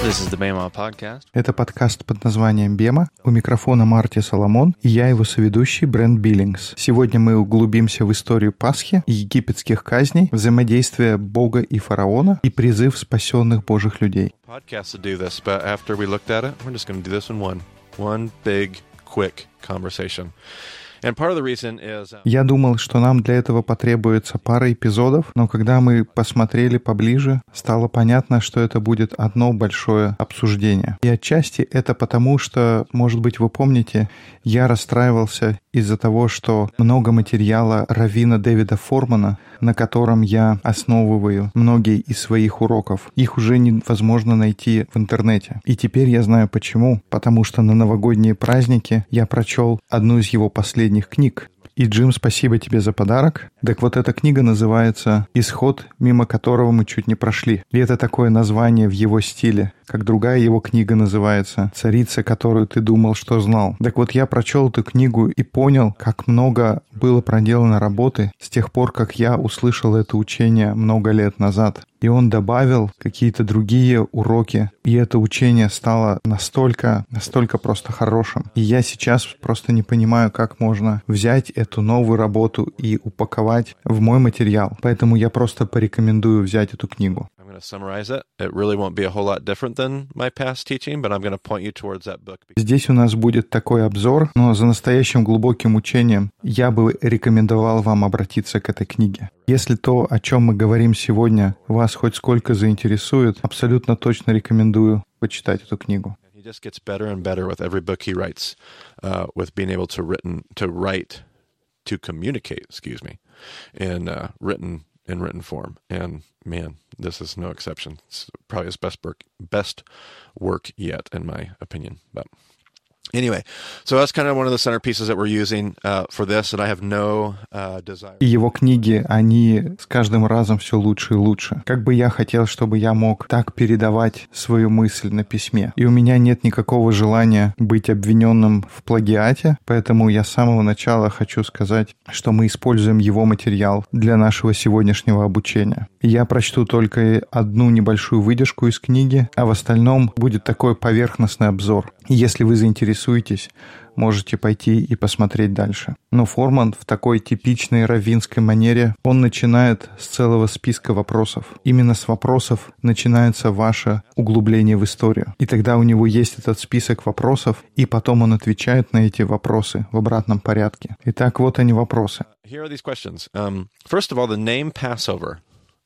This is the Bema Podcast. Это подкаст под названием «Бема». У микрофона Марти Соломон, и я его соведущий Брент Биллингс. Сегодня мы углубимся в историю Пасхи, египетских казней, взаимодействия Бога и фараона и призыв спасенных Божьих людей. Podcast to do this, but after we looked at it, we're just going to do this in one big, quick conversation. And part of the reason is... Я думал, что нам для этого потребуется пара эпизодов, но когда мы посмотрели поближе, стало понятно, что это будет одно большое обсуждение. И отчасти это потому, что, может быть, вы помните, я расстраивался из-за того, что много материала раввина Дэвида Формана, на котором я основываю многие из своих уроков. Их уже невозможно найти в интернете. И теперь я знаю почему. Потому что на новогодние праздники я прочел одну из его последних книг. И, Джим, спасибо тебе за подарок. Так вот, эта книга называется «Исход, мимо которого мы чуть не прошли». И это такое название в его стиле, как другая его книга называется «Царица, которую ты думал, что знал». Так вот, я прочел эту книгу и понял, как много было проделано работы с тех пор, как я услышал это учение много лет назад. И он добавил какие-то другие уроки, и это учение стало настолько просто хорошим. И я сейчас просто не понимаю, как можно взять эту новую работу и упаковать в мой материал. Поэтому я просто порекомендую взять эту книгу. Здесь у нас будет такой обзор, но за настоящим глубоким учением я бы рекомендовал вам обратиться к этой книге. Если то, о чем мы говорим сегодня, вас хоть сколько заинтересует, абсолютно точно рекомендую почитать эту книгу. He just gets better and better with every book he writes, with being able to communicate, in written form. And man, this is no exception. It's probably his best work yet, in my opinion. But anyway, so that's kind of one of the centerpieces that we're using for this, and I have no desire. И его книги, они с каждым разом все лучше и лучше. Как бы я хотел, чтобы я мог так передавать свою мысль на письме. И у меня нет никакого желания быть обвиненным в плагиате, поэтому я с самого начала хочу сказать, что мы используем его материал для нашего сегодняшнего обучения. Я прочту только одну небольшую выдержку из книги, а в остальном будет такой поверхностный обзор. И если вы заинтересуетесь, можете пойти и посмотреть дальше. Но Форман в такой типичной раввинской манере, он начинает с целого списка вопросов. Именно с вопросов начинается ваше углубление в историю. И тогда у него есть этот список вопросов, и потом он отвечает на эти вопросы в обратном порядке. Итак, вот они вопросы. Here are these questions. First of all, the name Passover.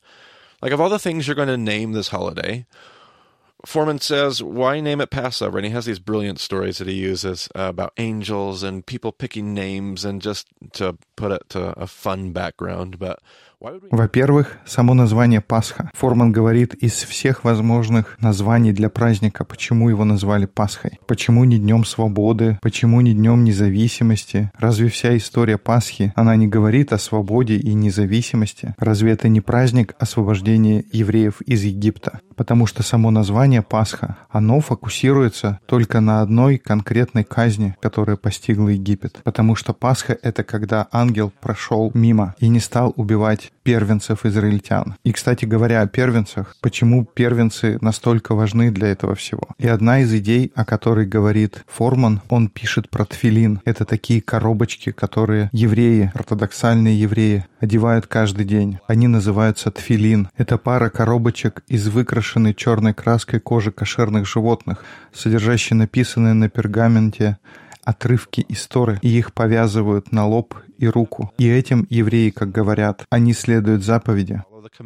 Like, of all the things you're going to name this holiday, Foreman says, why name it Passover? And he has these brilliant stories that he uses about angels and people picking names, and just to put it to a fun background. But Во-первых, само название Пасха. Форман говорит, из всех возможных названий для праздника, почему его назвали Пасхой. Почему не Днем Свободы? Почему не Днем Независимости? Разве вся история Пасхи, она не говорит о свободе и независимости? Разве это не праздник освобождения евреев из Египта? Потому что само название Пасха, оно фокусируется только на одной конкретной казни, которая постигла Египет. Потому что Пасха — это когда ангел прошел мимо и не стал убивать первенцев израильтян. И, кстати говоря, о первенцах, почему первенцы настолько важны для этого всего. И одна из идей, о которой говорит Форман, он пишет про тфилин. Это такие коробочки, которые евреи, ортодоксальные евреи, одевают каждый день. Они называются тфилин. Это пара коробочек из выкрашенной черной краской кожи кошерных животных, содержащие написанные на пергаменте отрывки из Торы, и их повязывают на лоб и руку. И этим евреи, как говорят, они следуют заповеди.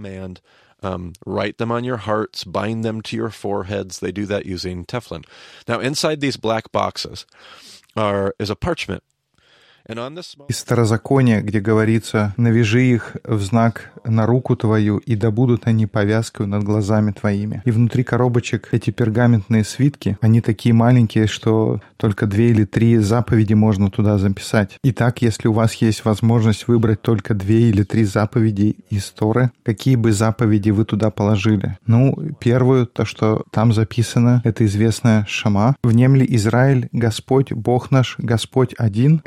Write them on your hearts, bind them to your foreheads. They do that using Teflon. Now, inside these black boxes is a parchment. Из Второзакония, где говорится, навяжи их в знак на руку твою, и да будут они повязкой над глазами твоими. И внутри коробочек эти пергаментные свитки, они такие маленькие, что только 2 или 3 заповеди можно туда записать. Итак, если у вас есть возможность выбрать только 2 или 3 заповеди из Торы, какие бы заповеди вы туда положили? Первую, то, что там записано, это известная Шама. «Внемли Израиль, Господь, Бог наш, Господь один». Это очень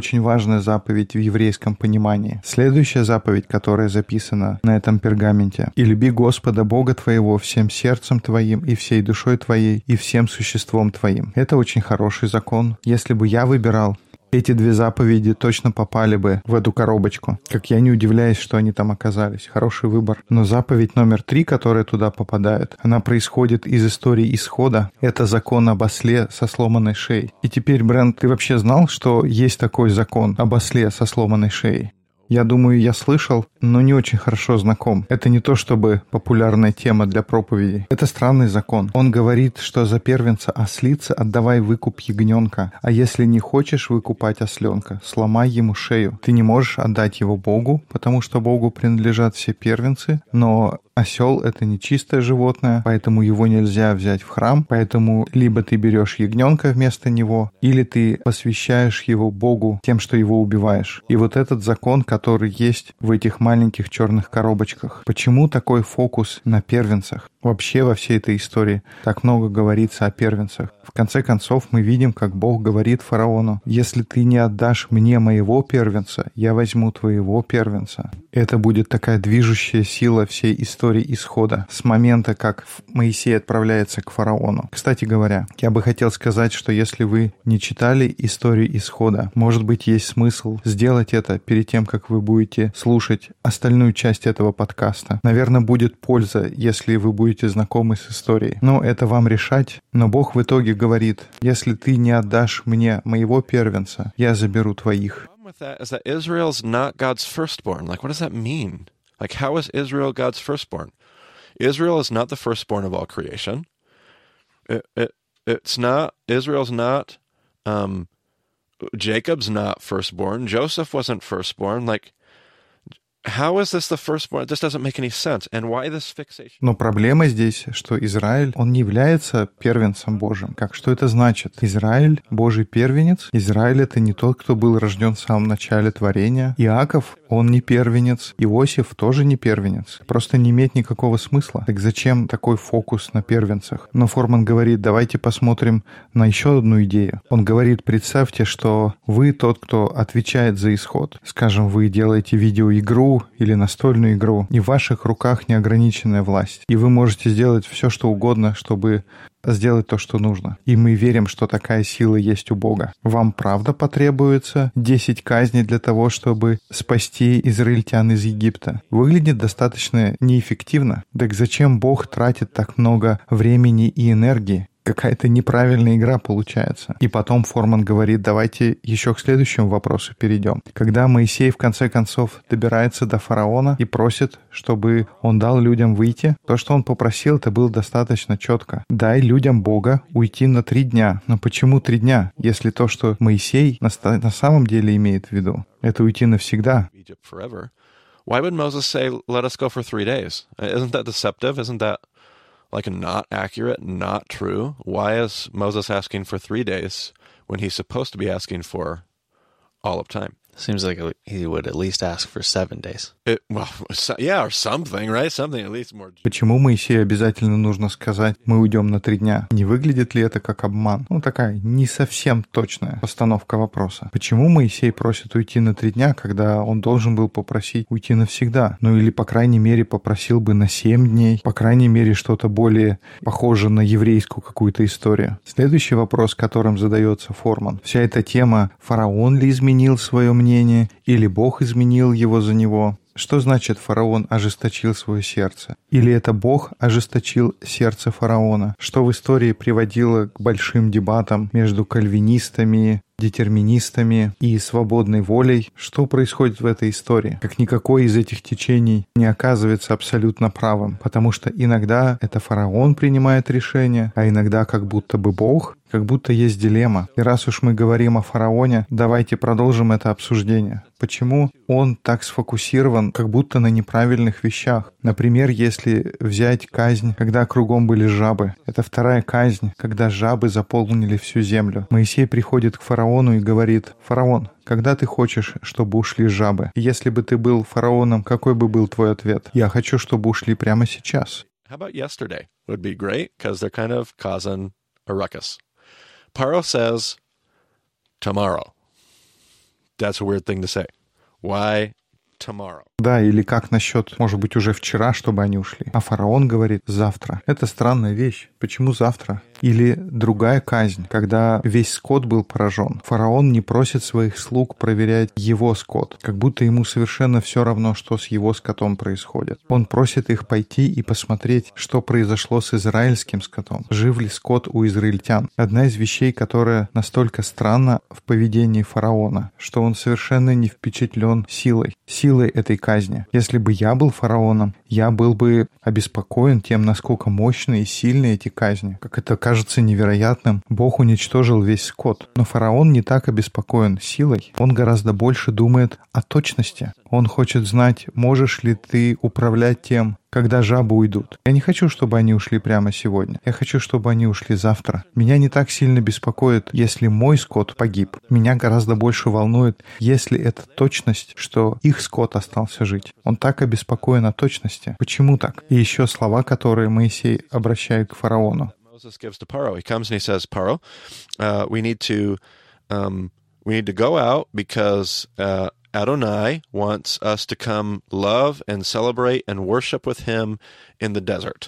очень важная заповедь в еврейском понимании. Следующая заповедь, которая записана на этом пергаменте: «И люби Господа Бога твоего всем сердцем твоим и всей душой твоей и всем существом твоим». Это очень хороший закон. Если бы я выбирал, эти две заповеди точно попали бы в эту коробочку. Как я не удивляюсь, что они там оказались. Хороший выбор. Но заповедь номер 3, которая туда попадает, она происходит из истории Исхода. Это закон об осле со сломанной шеей. И теперь, Брент, ты вообще знал, что есть такой закон об осле со сломанной шеей? Я думаю, я слышал, но не очень хорошо знаком. Это не то чтобы популярная тема для проповедей. Это странный закон. Он говорит, что за первенца ослицы отдавай выкуп ягненка, а если не хочешь выкупать осленка, сломай ему шею. Ты не можешь отдать его Богу, потому что Богу принадлежат все первенцы, но осел — это нечистое животное, поэтому его нельзя взять в храм, поэтому либо ты берешь ягненка вместо него, или ты посвящаешь его Богу тем, что его убиваешь. И вот этот закон, который есть в этих маленьких черных коробочках. Почему такой фокус на первенцах? Вообще во всей этой истории так много говорится о первенцах. В конце концов, мы видим, как Бог говорит фараону: «Если ты не отдашь мне моего первенца, я возьму твоего первенца». Это будет такая движущая сила всей истории Исхода с момента, как Моисей отправляется к фараону. Кстати говоря, я бы хотел сказать, что если вы не читали историю Исхода, может быть, есть смысл сделать это перед тем, как вы будете слушать остальную часть этого подкаста. Наверное, будет польза, если вы будете знакомы с историей. Но это вам решать. Но Бог в итоге говорит: «Если ты не отдашь мне моего первенца, я заберу твоих». With that is that Israel's not God's firstborn. Like, what does that mean? Like, how is Israel God's firstborn? Israel is not the firstborn of all creation. It's not, Israel's not, Jacob's not firstborn. Joseph wasn't firstborn. Like, how is this the firstborn? This doesn't make any sense. And why this fixation? Но проблема здесь, что Израиль, он не является первенцем Божьим. Как что это значит? Израиль — Божий первенец. Израиль — это не тот, кто был рожден в самом начале творения. Иаков, он не первенец. Иосиф тоже не первенец. Просто не имеет никакого смысла. Так зачем такой фокус на первенцах? Но Форман говорит: давайте посмотрим на еще одну идею. Он говорит: представьте, что вы тот, кто отвечает за исход. Скажем, вы делаете видеоигру или настольную игру, и в ваших руках неограниченная власть. И вы можете сделать все, что угодно, чтобы сделать то, что нужно. И мы верим, что такая сила есть у Бога. Вам правда потребуется 10 казней для того, чтобы спасти израильтян из Египта? Выглядит достаточно неэффективно. Так зачем Бог тратит так много времени и энергии? Какая-то неправильная игра получается. И потом Форман говорит: давайте еще к следующему вопросу перейдем. Когда Моисей в конце концов добирается до фараона и просит, чтобы он дал людям выйти, то, что он попросил, это было достаточно четко. Дай людям Бога уйти на 3 дня. Но почему 3 дня, если то, что Моисей на самом деле имеет в виду, это уйти навсегда? Why would Moses say, let us go for 3 days? Isn't that deceptive? Isn't that like not accurate, not true? Why is Moses asking for 3 days when he's supposed to be asking for all of time? Seems like he would at least ask for 7 days. Or something, right? Something at least more. Почему Моисею обязательно нужно сказать: мы уйдем на 3 дня? Не выглядит ли это как обман? Такая не совсем точная постановка вопроса. Почему Моисей просит уйти на 3 дня, когда он должен был попросить уйти навсегда? Или, по крайней мере, попросил бы на 7 дней. По крайней мере, что-то более похоже на еврейскую какую-то историю. Следующий вопрос, которым задается Форман. Вся эта тема: фараон ли изменил свое мнение, или Бог изменил его за него? Что значит фараон ожесточил свое сердце? Или это Бог ожесточил сердце фараона? Что в истории приводило к большим дебатам между кальвинистами, детерминистами и свободной волей? Что происходит в этой истории? Как никакое из этих течений не оказывается абсолютно правым, потому что иногда это фараон принимает решение, а иногда как будто бы Бог, как будто есть дилемма. И раз уж мы говорим о фараоне, давайте продолжим это обсуждение. Почему он так сфокусирован как будто на неправильных вещах? Например, если взять казнь, когда кругом были жабы. Это вторая казнь, когда жабы заполнили всю землю. Моисей приходит к фараону и говорит: «Фараон, когда ты хочешь, чтобы ушли жабы? Если бы ты был фараоном, какой бы был твой ответ? Я хочу, чтобы ушли прямо сейчас». How about yesterday? Would be great, because they're kind of causing a ruckus. Paro says, tomorrow. that's a weird thing to say. Why tomorrow? Да, или как насчет, может быть, уже вчера, чтобы они ушли. А фараон говорит завтра. Это странная вещь. Почему завтра? Или другая казнь, когда весь скот был поражен. Фараон не просит своих слуг проверять его скот, как будто ему совершенно все равно, что с его скотом происходит. Он просит их пойти и посмотреть, что произошло с израильским скотом. Жив ли скот у израильтян? Одна из вещей, которая настолько странна в поведении фараона, что он совершенно не впечатлен силой этой казни. Если бы я был фараоном, я был бы обеспокоен тем, насколько мощны и сильны эти казни. Как это кажется невероятным, Бог уничтожил весь скот. Но фараон не так обеспокоен силой. Он гораздо больше думает о точности. Он хочет знать, можешь ли ты управлять тем, когда жабы уйдут. Я не хочу, чтобы они ушли прямо сегодня. Я хочу, чтобы они ушли завтра. Меня не так сильно беспокоит, если мой скот погиб. Меня гораздо больше волнует, если это точность, что их скот остался жить. Он так обеспокоен о точности. Почему так? И еще слова, которые Моисей обращает к фараону. Moses gives to Paro. He comes and he says, Paro, we need to go out because Adonai wants us to come love and celebrate and worship with him in the desert.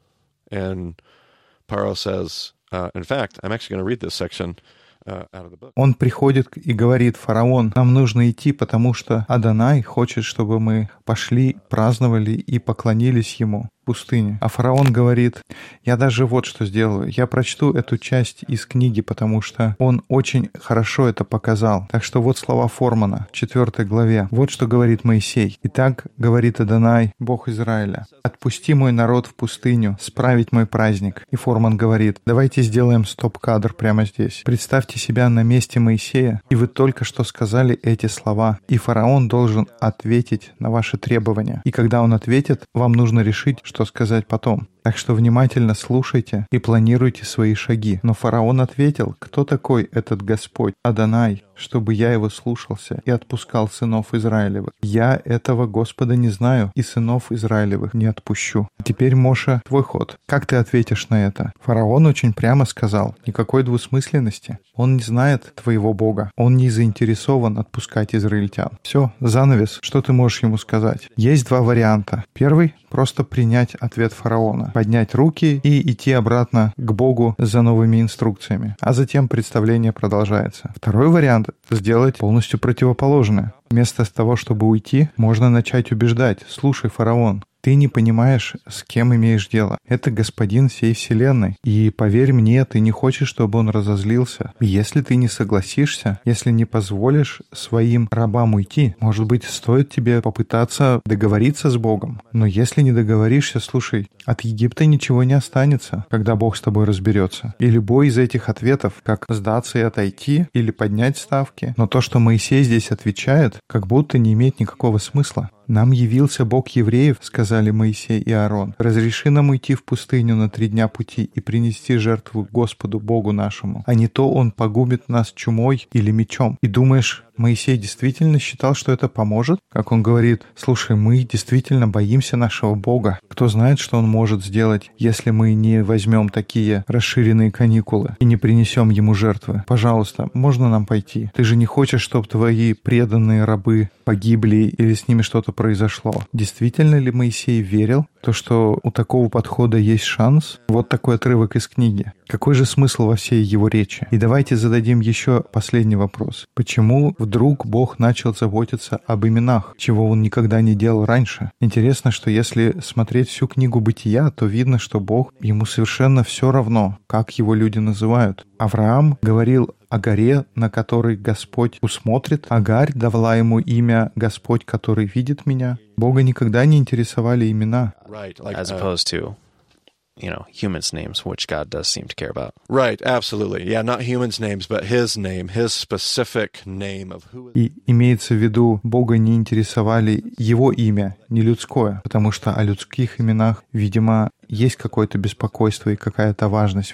And Paro says, in fact, I'm actually going to read this section out of the book. Он приходит и говорит: фараон, нам нужно идти, потому что Адонай хочет, чтобы мы пошли, праздновали и поклонились ему в пустыне. А фараон говорит: я даже вот что сделаю. Я прочту эту часть из книги, потому что он очень хорошо это показал. Так что вот слова Формана, 4 главе. Вот что говорит Моисей. «Итак, говорит Адонай, Бог Израиля, отпусти мой народ в пустыню, справить мой праздник». И Форман говорит: давайте сделаем стоп-кадр прямо здесь. Представьте себя на месте Моисея, и вы только что сказали эти слова. И фараон должен ответить на ваши требования. И когда он ответит, вам нужно решить, что сказать потом. Так что внимательно слушайте и планируйте свои шаги. Но фараон ответил: кто такой этот Господь, Адонай, чтобы я его слушался и отпускал сынов Израилевых? Я этого Господа не знаю, и сынов Израилевых не отпущу. Теперь, Моше, твой ход. Как ты ответишь на это? Фараон очень прямо сказал: никакой двусмысленности. Он не знает твоего Бога. Он не заинтересован отпускать израильтян. Все, занавес. Что ты можешь ему сказать? Есть два варианта. Первый — просто принять ответ фараона, поднять руки и идти обратно к Богу за новыми инструкциями. А затем представление продолжается. Второй вариант — сделать полностью противоположное. Вместо того, чтобы уйти, можно начать убеждать: слушай, фараон, ты не понимаешь, с кем имеешь дело. Это господин всей вселенной. И поверь мне, ты не хочешь, чтобы он разозлился. И если ты не согласишься, если не позволишь своим рабам уйти, может быть, стоит тебе попытаться договориться с Богом. Но если не договоришься, слушай, от Египта ничего не останется, когда Бог с тобой разберется. И любой из этих ответов, как сдаться и отойти, или поднять ставки. Но то, что Моисей здесь отвечает, как будто не имеет никакого смысла. «Нам явился Бог евреев», — сказали Моисей и Аарон. «Разреши нам уйти в пустыню на 3 дня пути и принести жертву Господу Богу нашему, а не то Он погубит нас чумой или мечом». И думаешь, Моисей действительно считал, что это поможет? Как он говорит: слушай, мы действительно боимся нашего Бога. Кто знает, что Он может сделать, если мы не возьмем такие расширенные каникулы и не принесем Ему жертвы? Пожалуйста, можно нам пойти? Ты же не хочешь, чтобы твои преданные рабы погибли или с ними что-то произошло. Действительно ли Моисей верил, что у такого подхода есть шанс? Вот такой отрывок из книги. Какой же смысл во всей его речи? И давайте зададим еще последний вопрос. Почему вдруг Бог начал заботиться об именах, чего Он никогда не делал раньше? Интересно, что если смотреть всю книгу Бытия, то видно, что Бог, ему совершенно все равно, как его люди называют. Авраам говорил о горе, на которой Господь усмотрит. Агарь давала ему имя «Господь, который видит меня». Бога никогда не интересовали имена. As opposed to, humans' names, which God does seem to care about. Right, absolutely. Yeah, not humans' names, but His name, His specific name of who. И имеется в виду, Бога не интересовали Его имя, не людское, потому что о людских именах, видимо, есть какое-то беспокойство и какая-то важность в них.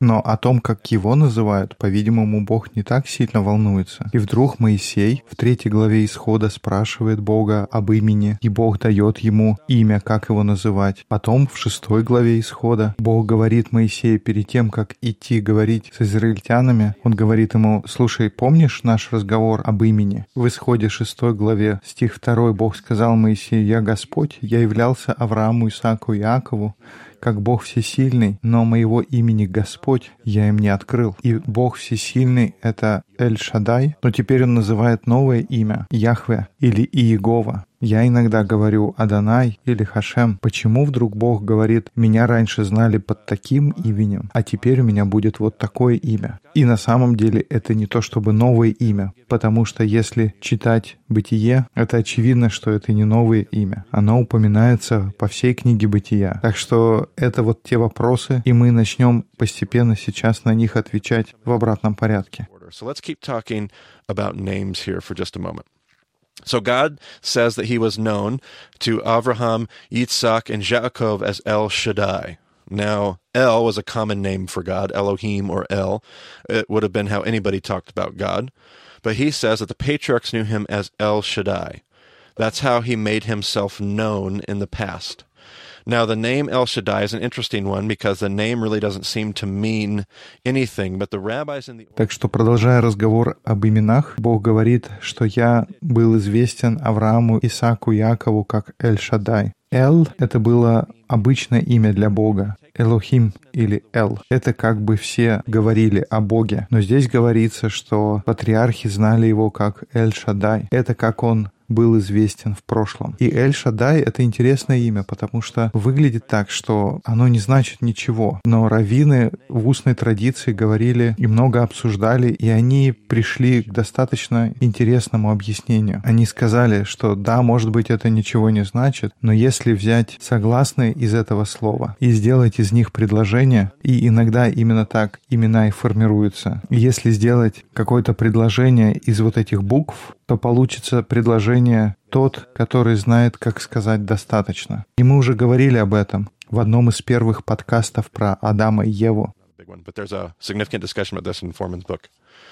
Но о том, как его называют, по-видимому, Бог не так сильно волнуется. И вдруг Моисей в 3 главе Исхода спрашивает Бога об имени, и Бог дает ему имя, как его называть. Потом в 6 главе Исхода Бог говорит Моисею перед тем, как идти говорить с израильтянами, он говорит ему: «Слушай, помнишь наш разговор об имени?» В Исходе 6 главе стих 2 Бог сказал Моисею: «Я Господь, я являлся Аврааму, Исааку и Иакову, как Бог всесильный, но моего имени Господь я им не открыл». И Бог всесильный — это Эль-Шадай, но теперь он называет новое имя — Яхве или Иегова. Я иногда говорю Адонай или Хашем. Почему вдруг Бог говорит: «Меня раньше знали под таким именем, а теперь у меня будет вот такое имя»? И на самом деле это не то чтобы новое имя, потому что если читать Бытие, это очевидно, что это не новое имя. Оно упоминается по всей книге Бытия. Так что это вот те вопросы, и мы начнем постепенно сейчас на них отвечать в обратном порядке. So let's keep talking about names here for just a moment. So God says that he was known to Avraham, Yitzhak, and Yaakov as El Shaddai. Now, El was a common name for God, Elohim or El. It would have been how anybody talked about God. But he says that the patriarchs knew him as El Shaddai. That's how he made himself known in the past. Now, the name El Shaddai is an interesting one because the name really doesn't seem to mean anything, but the rabbis in the... Так что, продолжая разговор об именах, Бог говорит, что я был известен Аврааму, Исааку, Якову как Эль-Шадай. Эл — это было обычное имя для Бога. Элохим или Эл. Это как бы все говорили о Боге. Но здесь говорится, что патриархи знали его как Эль-Шадай. Это как он был известен в прошлом. И Эль-Шадай — это интересное имя, потому что выглядит так, что оно не значит ничего. Но раввины в устной традиции говорили и много обсуждали, и они пришли к достаточно интересному объяснению. Они сказали, что да, может быть, это ничего не значит, но если взять согласные из этого слова и сделать из них предложение, и иногда именно так имена и формируются, и если сделать какое-то предложение из вот этих букв, то получится предложение «тот, который знает, как сказать достаточно». И мы уже говорили об этом в одном из первых подкастов про Адама и Еву. But there's a significant discussion about this in Foreman's book.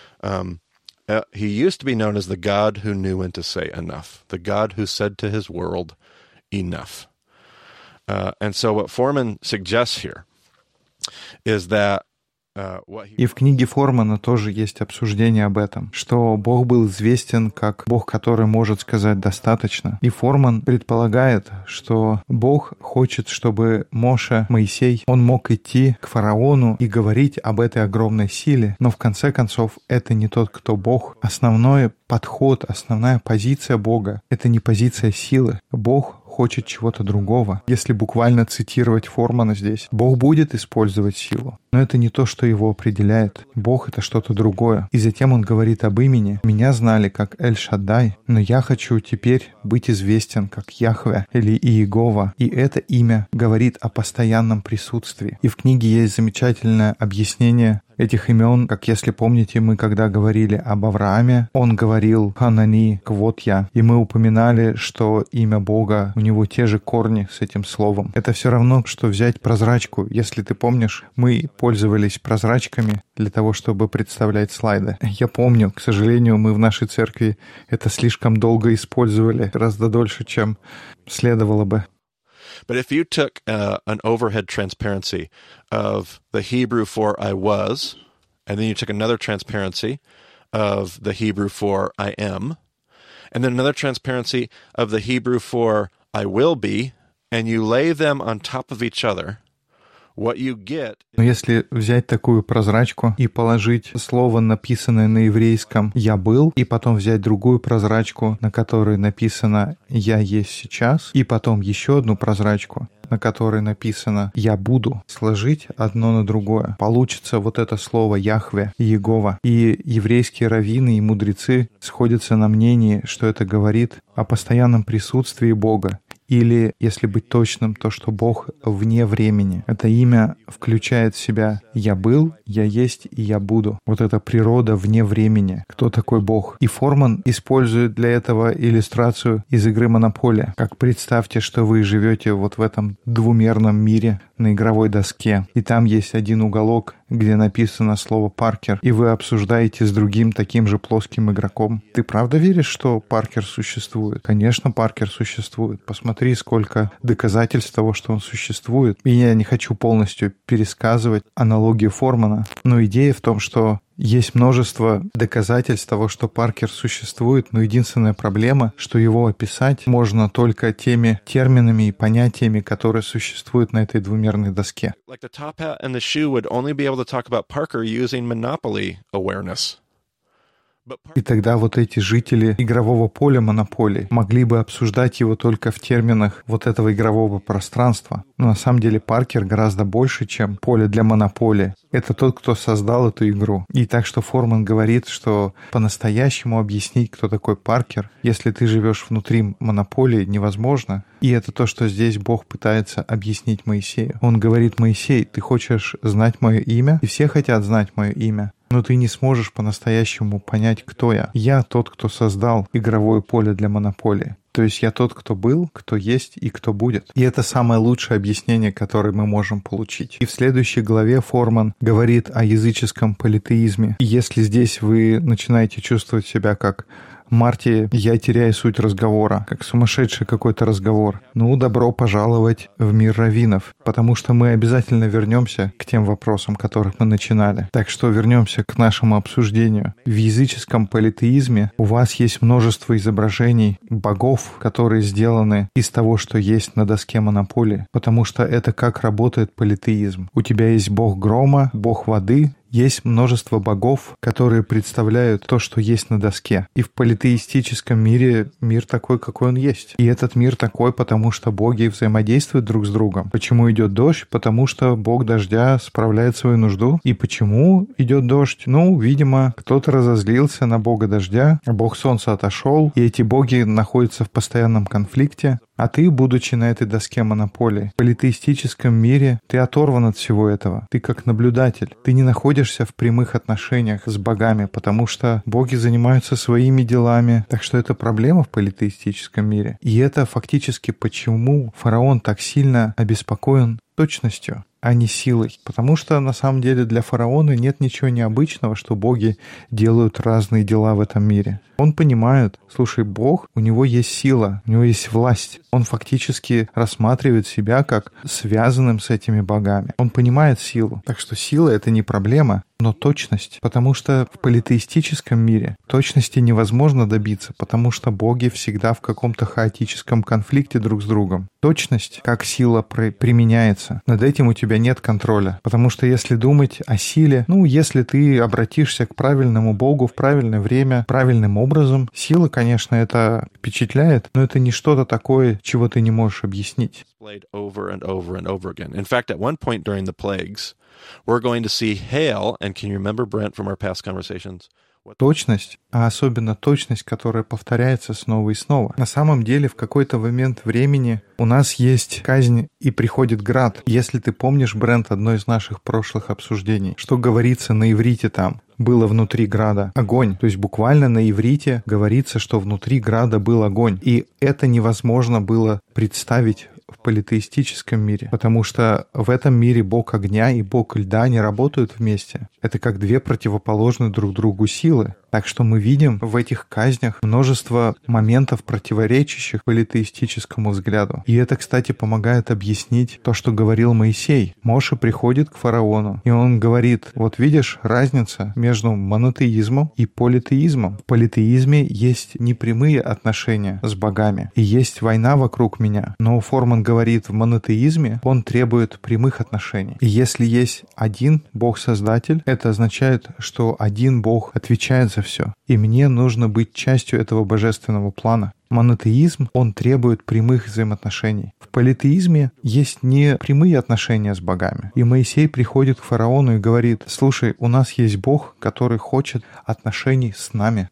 He used to be known as the God who knew when to say enough, the God who said to his world, enough. And so what Foreman suggests here is that И в книге Формана тоже есть обсуждение об этом, что Бог был известен как Бог, который может сказать достаточно. И Форман предполагает, что Бог хочет, чтобы Моше, Моисей, он мог идти к фараону и говорить об этой огромной силе, но в конце концов это не тот, кто Бог. Основной подход, основная позиция Бога — это не позиция силы. Бог хочет чего-то другого. Если буквально цитировать Формана здесь, Бог будет использовать силу, но это не то, что его определяет. Бог — это что-то другое. И затем он говорит об имени. «Меня знали как Эль-Шаддай, но я хочу теперь быть известен как Яхве или Иегова». И это имя говорит о постоянном присутствии. И в книге есть замечательное объяснение этих имен, как если помните, мы когда говорили об Аврааме, он говорил «Ханани», «Вот я». И мы упоминали, что имя Бога, у него те же корни с этим словом. Это все равно, что взять прозрачку. Если ты помнишь, мы пользовались прозрачками для того, чтобы представлять слайды. Я помню, к сожалению, мы в нашей церкви это слишком долго использовали, гораздо дольше, чем следовало бы. But if you took an overhead transparency of the Hebrew for I was, and then you took another transparency of the Hebrew for I am, and then another transparency of the Hebrew for I will be, and you lay them on top of each other, what you get... Но если взять такую прозрачку и положить слово, написанное на еврейском «я был», и потом взять другую прозрачку, на которой написано «я есть сейчас», и потом еще одну прозрачку, на которой написано «я буду», сложить одно на другое, получится вот это слово «Яхве», «Иегова». И еврейские раввины и мудрецы сходятся на мнении, что это говорит о постоянном присутствии Бога. Или, если быть точным, то, что Бог вне времени. Это имя включает в себя «я был», «я есть» и «я буду». Вот эта природа вне времени. Кто такой Бог? И Форман использует для этого иллюстрацию из игры «Монополия». Как представьте, что вы живете вот в этом двумерном мире на игровой доске. И там есть один уголок — где написано слово «Паркер», и вы обсуждаете с другим таким же плоским игроком. Ты правда веришь, что Паркер существует? Конечно, Паркер существует. Посмотри, сколько доказательств того, что он существует. И я не хочу полностью пересказывать аналогию Формана, но идея в том, что есть множество доказательств того, что Паркер существует, но единственная проблема, что его описать можно только теми терминами и понятиями, которые существуют на этой двумерной доске. Like the top hat and the shoe would only be able to talk about Parker using Monopoly awareness. И тогда вот эти жители игрового поля монополии могли бы обсуждать его только в терминах вот этого игрового пространства. Но на самом деле Паркер гораздо больше, чем поле для монополии. Это тот, кто создал эту игру. И так что Форман говорит, что по-настоящему объяснить, кто такой Паркер, если ты живешь внутри монополии, невозможно. И это то, что здесь Бог пытается объяснить Моисею. Он говорит: Моисей, ты хочешь знать мое имя? И все хотят знать мое имя. Но ты не сможешь по-настоящему понять, кто я. Я тот, кто создал игровое поле для монополии. То есть я тот, кто был, кто есть и кто будет. И это самое лучшее объяснение, которое мы можем получить. И в следующей главе Форман говорит о языческом политеизме. И если здесь вы начинаете чувствовать себя как Марти, я теряю суть разговора, как сумасшедший какой-то разговор. Ну, добро пожаловать в мир раввинов, потому что мы обязательно вернемся к тем вопросам, которых мы начинали. Так что вернемся к нашему обсуждению. В языческом политеизме у вас есть множество изображений богов, которые сделаны из того, что есть на доске монополии, потому что это как работает политеизм. У тебя есть бог грома, бог воды. Есть множество богов, которые представляют то, что есть на доске. И в политеистическом мире мир такой, какой он есть. И этот мир такой, потому что боги взаимодействуют друг с другом. Почему идет дождь? Потому что бог дождя справляет свою нужду. И почему идет дождь? Ну, видимо, кто-то разозлился на бога дождя, а бог солнца отошел, и эти боги находятся в постоянном конфликте. А ты, будучи на этой доске монополии, в политеистическом мире, ты оторван от всего этого. Ты как наблюдатель. Ты не находишься в прямых отношениях с богами, потому что боги занимаются своими делами. Так что это проблема в политеистическом мире. И это фактически почему фараон так сильно обеспокоен точностью, а не силой. Потому что на самом деле для фараона нет ничего необычного, что боги делают разные дела в этом мире. Он понимает, слушай, Бог, у него есть сила, у него есть власть. Он фактически рассматривает себя как связанным с этими богами. Он понимает силу. Так что сила — это не проблема, но точность. Потому что в политеистическом мире точности невозможно добиться, потому что боги всегда в каком-то хаотическом конфликте друг с другом. Точность, как сила применяется, над этим у тебя нет контроля. Потому что если думать о силе, если ты обратишься к правильному богу в правильное время, правильным образом, сила, конечно, это впечатляет, но это не что-то такое, чего ты не можешь объяснить. We're going to see hail, and can you remember, Brent, from our past conversations? Точность, а особенно точность, которая повторяется снова и снова. На самом деле, в какой-то момент времени у нас есть казнь и приходит град. Если ты помнишь, Брент, одно из наших прошлых обсуждений, что говорится на иврите там? Было внутри града огонь. То есть буквально на иврите говорится, что внутри града был огонь. И это невозможно было представить в политеистическом мире, потому что в этом мире бог огня и бог льда не работают вместе. Это как две противоположные друг другу силы. Так что мы видим в этих казнях множество моментов, противоречащих политеистическому взгляду. И это, кстати, помогает объяснить то, что говорил Моисей. Моше приходит к фараону, и он говорит: вот видишь, разница между монотеизмом и политеизмом. В политеизме есть непрямые отношения с богами, и есть война вокруг меня. Но Форман говорит, в монотеизме он требует прямых отношений. И если есть один Бог-создатель, это означает, что один Бог отвечает за все. И мне нужно быть частью этого божественного плана. Монотеизм, он требует прямых взаимоотношений. В политеизме есть не прямые отношения с богами. И Моисей приходит к фараону и говорит: слушай, у нас есть Бог, который хочет отношений с нами.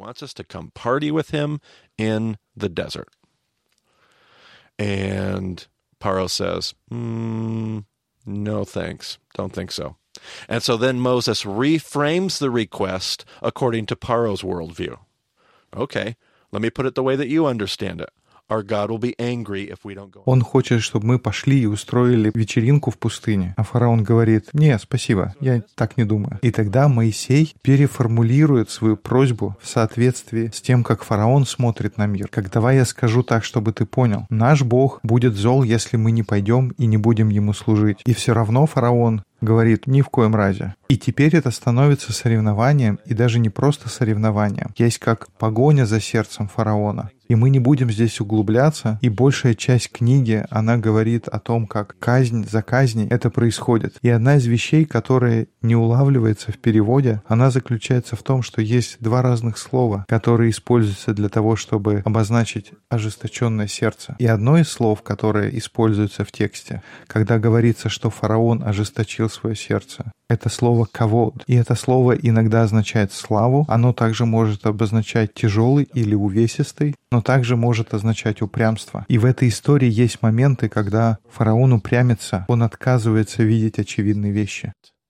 And Paro says, no thanks, don't think so. And so then Moses reframes the request according to Paro's worldview. Okay, let me put it the way that you understand it. our God will be angry if we don't go. Он хочет, чтобы мы пошли и устроили вечеринку в пустыне. А фараон говорит: «Не, спасибо, я так не думаю». И тогда Моисей переформулирует свою просьбу в соответствии с тем, как фараон смотрит на мир. Как давай я скажу так, чтобы ты понял. Наш Бог будет зол, если мы не пойдем и не будем ему служить. И все равно фараон говорит: ни в коем разе. И теперь это становится соревнованием, и даже не просто соревнованием. Есть как погоня за сердцем фараона. И мы не будем здесь углубляться, и большая часть книги, она говорит о том, как казнь за казнью это происходит. И одна из вещей, которая не улавливается в переводе, она заключается в том, что есть два разных слова, которые используются для того, чтобы обозначить ожесточенное сердце. И одно из слов, которое используется в тексте, когда говорится, что фараон ожесточил свое сердце, это слово «кавод». И это слово иногда означает славу. Оно также может обозначать тяжелый или увесистый, но также может означать упрямство. И в этой истории есть моменты, когда фараон упрямится, он отказывается видеть очевидные вещи.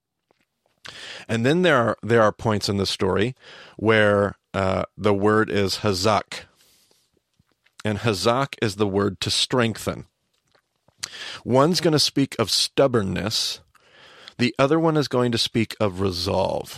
And then there are points in the story where the word is hazak. And hazak is the word to strengthen. One's going to speak of stubbornness. The other one is going to speak of resolve.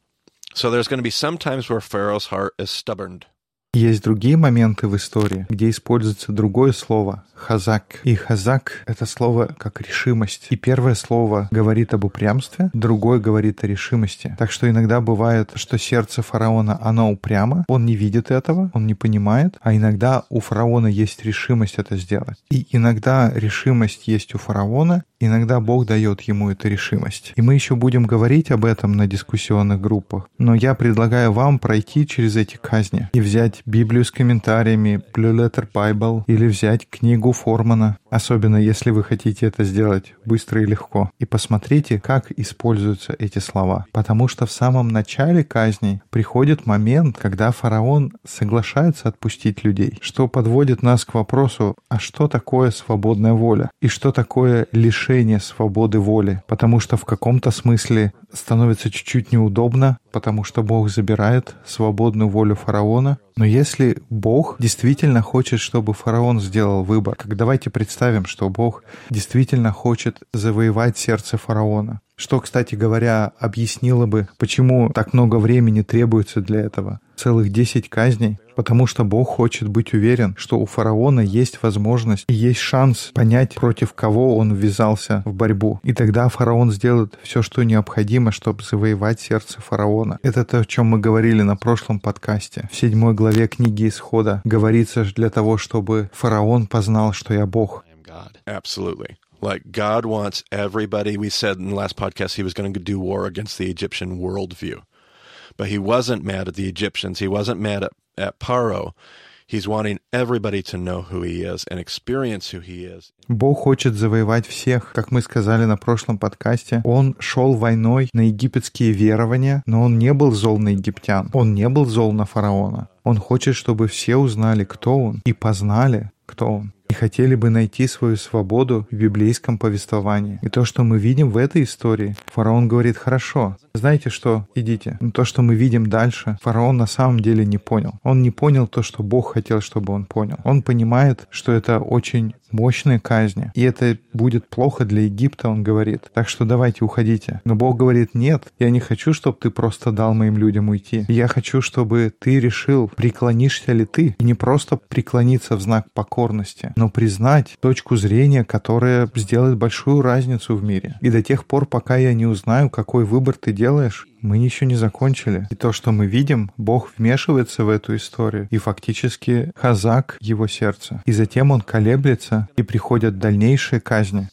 So there's going to be some times where Pharaoh's heart is stubborn. Есть другие моменты в истории, где используется другое слово — «хазак». И «хазак» — это слово как решимость. И первое слово говорит об упрямстве, другое говорит о решимости. Так что иногда бывает, что сердце фараона, оно упрямо, он не видит этого, он не понимает, а иногда у фараона есть решимость это сделать. И иногда решимость есть у фараона, иногда Бог дает ему эту решимость. И мы еще будем говорить об этом на дискуссионных группах. Но я предлагаю вам пройти через эти казни и взять Библию с комментариями, Blue Letter Bible, или взять книгу Формана, особенно если вы хотите это сделать быстро и легко. И посмотрите, как используются эти слова. Потому что в самом начале казней приходит момент, когда фараон соглашается отпустить людей, что подводит нас к вопросу: а что такое свободная воля? И что такое лишение свободы воли? Потому что в каком-то смысле становится чуть-чуть неудобно, потому что Бог забирает свободную волю фараона. Но если Бог действительно хочет, чтобы фараон сделал выбор, как давайте представим, что Бог действительно хочет завоевать сердце фараона, что, кстати говоря, объяснило бы, почему так много времени требуется для этого. Целых 10 казней. Потому что Бог хочет быть уверен, что у фараона есть возможность и есть шанс понять, против кого он ввязался в борьбу. И тогда фараон сделает все, что необходимо, чтобы завоевать сердце фараона. Это то, о чем мы говорили на прошлом подкасте. В 7 главе книги Исхода говорится для того, чтобы фараон познал, что я Бог. Absolutely. Like God wants everybody. We said in the last podcast he was going to do war against the Egyptian worldview. But he wasn't mad at the Egyptians. He wasn't mad at Paro. He's wanting everybody to know who he is and experience who he is. Бог хочет завоевать всех. Как мы сказали на прошлом подкасте, он шел войной на египетские верования, но он не был зол на египтян. Он не был зол на фараона. Он хочет, чтобы все узнали, кто он, и познали, кто он. И хотели бы найти свою свободу в библейском повествовании. И то, что мы видим в этой истории, фараон говорит: хорошо, знаете что, идите. Но то, что мы видим дальше, фараон на самом деле не понял. Он не понял то, что Бог хотел, чтобы он понял. Он понимает, что это очень мощные казни, и это будет плохо для Египта, он говорит. Так что давайте уходите. Но Бог говорит: нет, я не хочу, чтобы ты просто дал моим людям уйти. Я хочу, чтобы ты решил, преклонишься ли ты, и не просто преклониться в знак покорности, но признать точку зрения, которая сделает большую разницу в мире. И до тех пор, пока я не узнаю, какой выбор ты делаешь, мы еще не закончили. И то, что мы видим, Бог вмешивается в эту историю, и фактически хазак его сердца. И затем он колеблется, и приходят дальнейшие казни.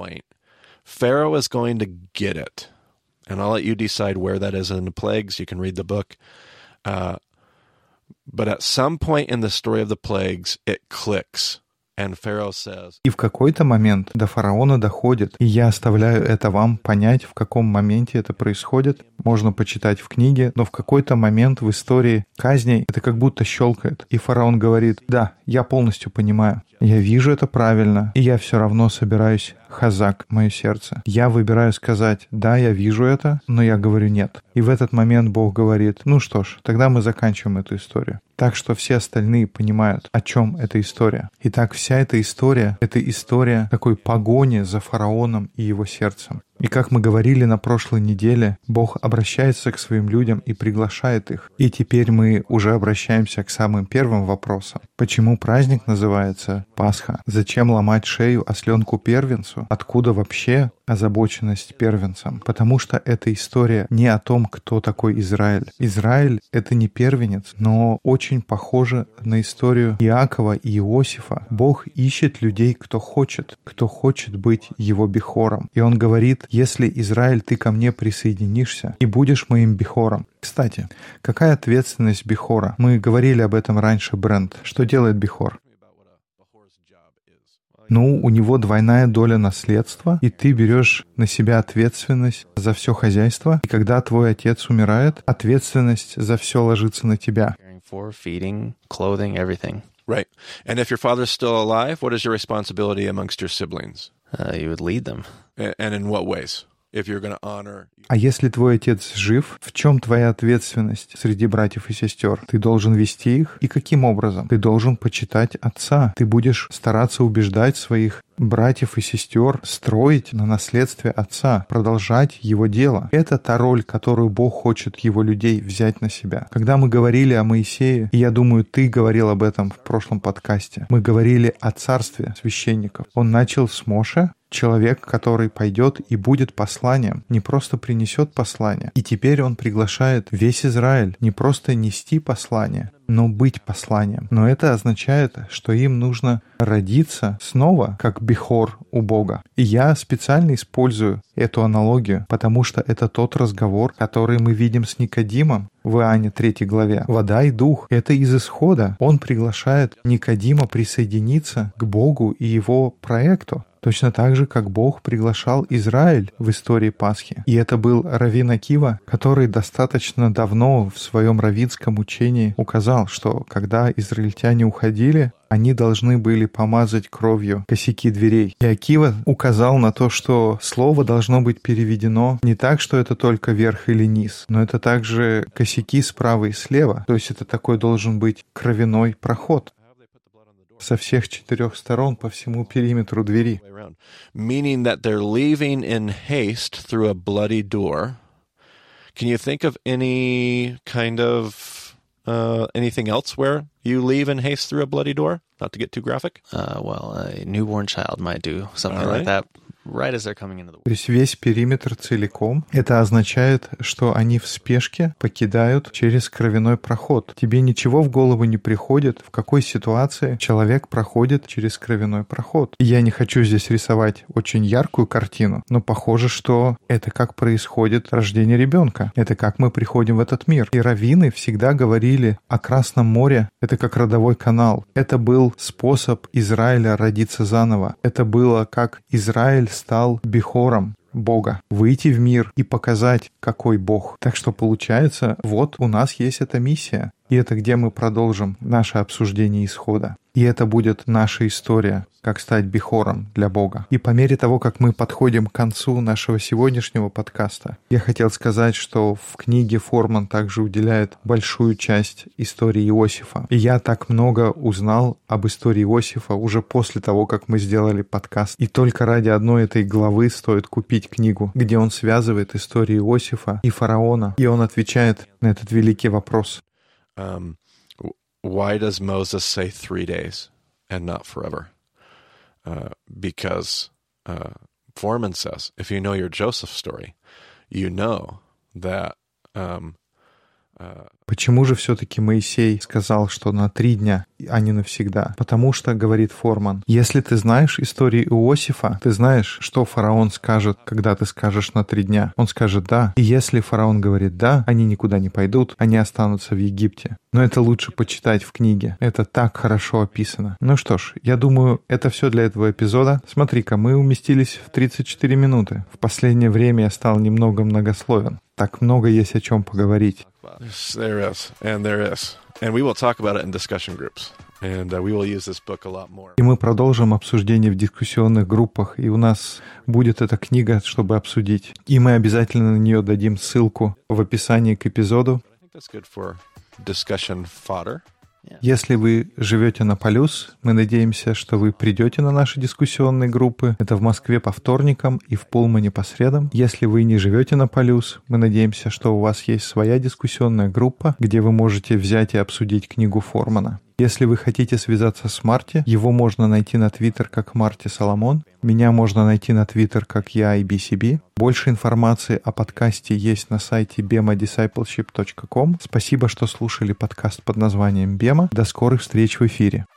Pharaoh is going to get it. And I'll let you decide where that is in the plagues. You can read the book. But at some point in the story of the plagues, it clicks. And Pharaoh says, и в какой-то момент до фараона доходит, и я оставляю это вам понять, в каком моменте это происходит. Можно почитать в книге, но в какой-то момент в истории казней это как будто щелкает. И фараон говорит: да, я полностью понимаю, я вижу это правильно, и я все равно собираюсь хазак, мое сердце. Я выбираю сказать: да, я вижу это, но я говорю нет. И в этот момент Бог говорит: ну что ж, тогда мы заканчиваем эту историю. так что все остальные понимают, о чем эта история. Итак, вся эта история — это история такой погони за фараоном и его сердцем. И как мы говорили на прошлой неделе, Бог обращается к своим людям и приглашает их. И теперь мы уже обращаемся к самым первым вопросам. Почему праздник называется Пасха? Зачем ломать шею осленку-первенцу? Откуда вообще озабоченность первенцем? Потому что эта история не о том, кто такой Израиль. Израиль — это не первенец, но очень похоже на историю Иакова и Иосифа. Бог ищет людей, кто хочет быть его бихором. И он говорит: «Если, Израиль, ты ко мне присоединишься и будешь моим бихором». Кстати, какая ответственность бихора? Мы говорили об этом раньше, Брент. Что делает бихор? У него двойная доля наследства, и ты берешь на себя ответственность за все хозяйство. И когда твой отец умирает, ответственность за все ложится на тебя. Feeding, clothing, everything. Right. And if your father's still alive, what is your responsibility amongst your siblings? You would lead them. And in what ways? If you're going to honor... А если твой отец жив, в чем твоя ответственность среди братьев и сестер? Ты должен вести их? И каким образом? Ты должен почитать отца. Ты будешь стараться убеждать своих братьев и сестер строить на наследстве отца, продолжать его дело. Это та роль, которую Бог хочет его людей взять на себя. Когда мы говорили о Моисее, и я думаю, ты говорил об этом в прошлом подкасте, мы говорили о царстве священников. Он начал с Моше, человек, который пойдет и будет посланием, не просто принесет послание. И теперь он приглашает весь Израиль не просто нести послание, но быть посланием. Но это означает, что им нужно родиться снова, как бихор у Бога. И я специально использую эту аналогию, потому что это тот разговор, который мы видим с Никодимом в Иоанне 3 главе. Вода и дух — это из Исхода. Он приглашает Никодима присоединиться к Богу и его проекту. Точно так же, как Бог приглашал Израиль в истории Пасхи. И это был раввин Акива, который достаточно давно в своем раввинском учении указал, что когда израильтяне уходили, они должны были помазать кровью косяки дверей. И Акива указал на то, что слово должно быть переведено не так, что это только верх или низ, но это также косяки справа и слева. То есть это такой должен быть кровяной проход со всех 4 сторон по всему периметру двери. Meaning that they're leaving in haste through a bloody door. Can you think of any kind of anything else where you leave in haste through a bloody door? Not to get too graphic. Well, a newborn child might do something like that. Right as they're coming into the world. То есть весь периметр целиком. Это означает, что они в спешке покидают через кровяной проход. Тебе ничего в голову не приходит, в какой ситуации человек проходит через кровяной проход. И я не хочу здесь рисовать очень яркую картину, но похоже, что это как происходит рождение ребенка. Это как мы приходим в этот мир. И раввины всегда говорили о Красном море. Это как родовой канал. Это был способ Израиля родиться заново. Это было как Израиль стал бихором Бога, выйти в мир и показать, какой Бог. Так что получается, вот у нас есть эта миссия. И это где мы продолжим наше обсуждение Исхода. И это будет наша история, как стать бихором для Бога. И по мере того, как мы подходим к концу нашего сегодняшнего подкаста, я хотел сказать, что в книге Форман также уделяет большую часть истории Иосифа. И я так много узнал об истории Иосифа уже после того, как мы сделали подкаст. И только ради одной этой главы стоит купить книгу, где он связывает историю Иосифа и фараона. И он отвечает на этот великий вопрос. Why does Moses say 3 days and not forever? Because Foreman says, if you know your Joseph story, you know that... Почему же все-таки Моисей сказал, что на 3 дня, а не навсегда? Потому что, говорит Форман, если ты знаешь историю Иосифа, ты знаешь, что фараон скажет, когда ты скажешь на 3 дня. Он скажет «да». И если фараон говорит «да», они никуда не пойдут, они останутся в Египте. Но это лучше почитать в книге. Это так хорошо описано. Ну что ж, я думаю, это все для этого эпизода. Смотри-ка, мы уместились в 34 минуты. В последнее время я стал немного многословен. Так много есть о чем поговорить. There is. And we will talk about it in discussion groups. And we will use this book a lot more. И мы продолжим обсуждение в дискуссионных группах, и у нас будет эта книга, чтобы обсудить. И мы обязательно на нее дадим ссылку в описании к эпизоду. I think that's good for discussion fodder. Если вы живете на Полюс, мы надеемся, что вы придете на наши дискуссионные группы. Это в Москве по вторникам и в Пулмане по средам. Если вы не живете на Полюс, мы надеемся, что у вас есть своя дискуссионная группа, где вы можете взять и обсудить книгу Формана. Если вы хотите связаться с Марти, его можно найти на Твиттер как Марти Соломон. Меня можно найти на Твиттер как я IBCB. Больше информации о подкасте есть на сайте bemadiscipleship.com. Спасибо, что слушали подкаст под названием «Бема». До скорых встреч в эфире.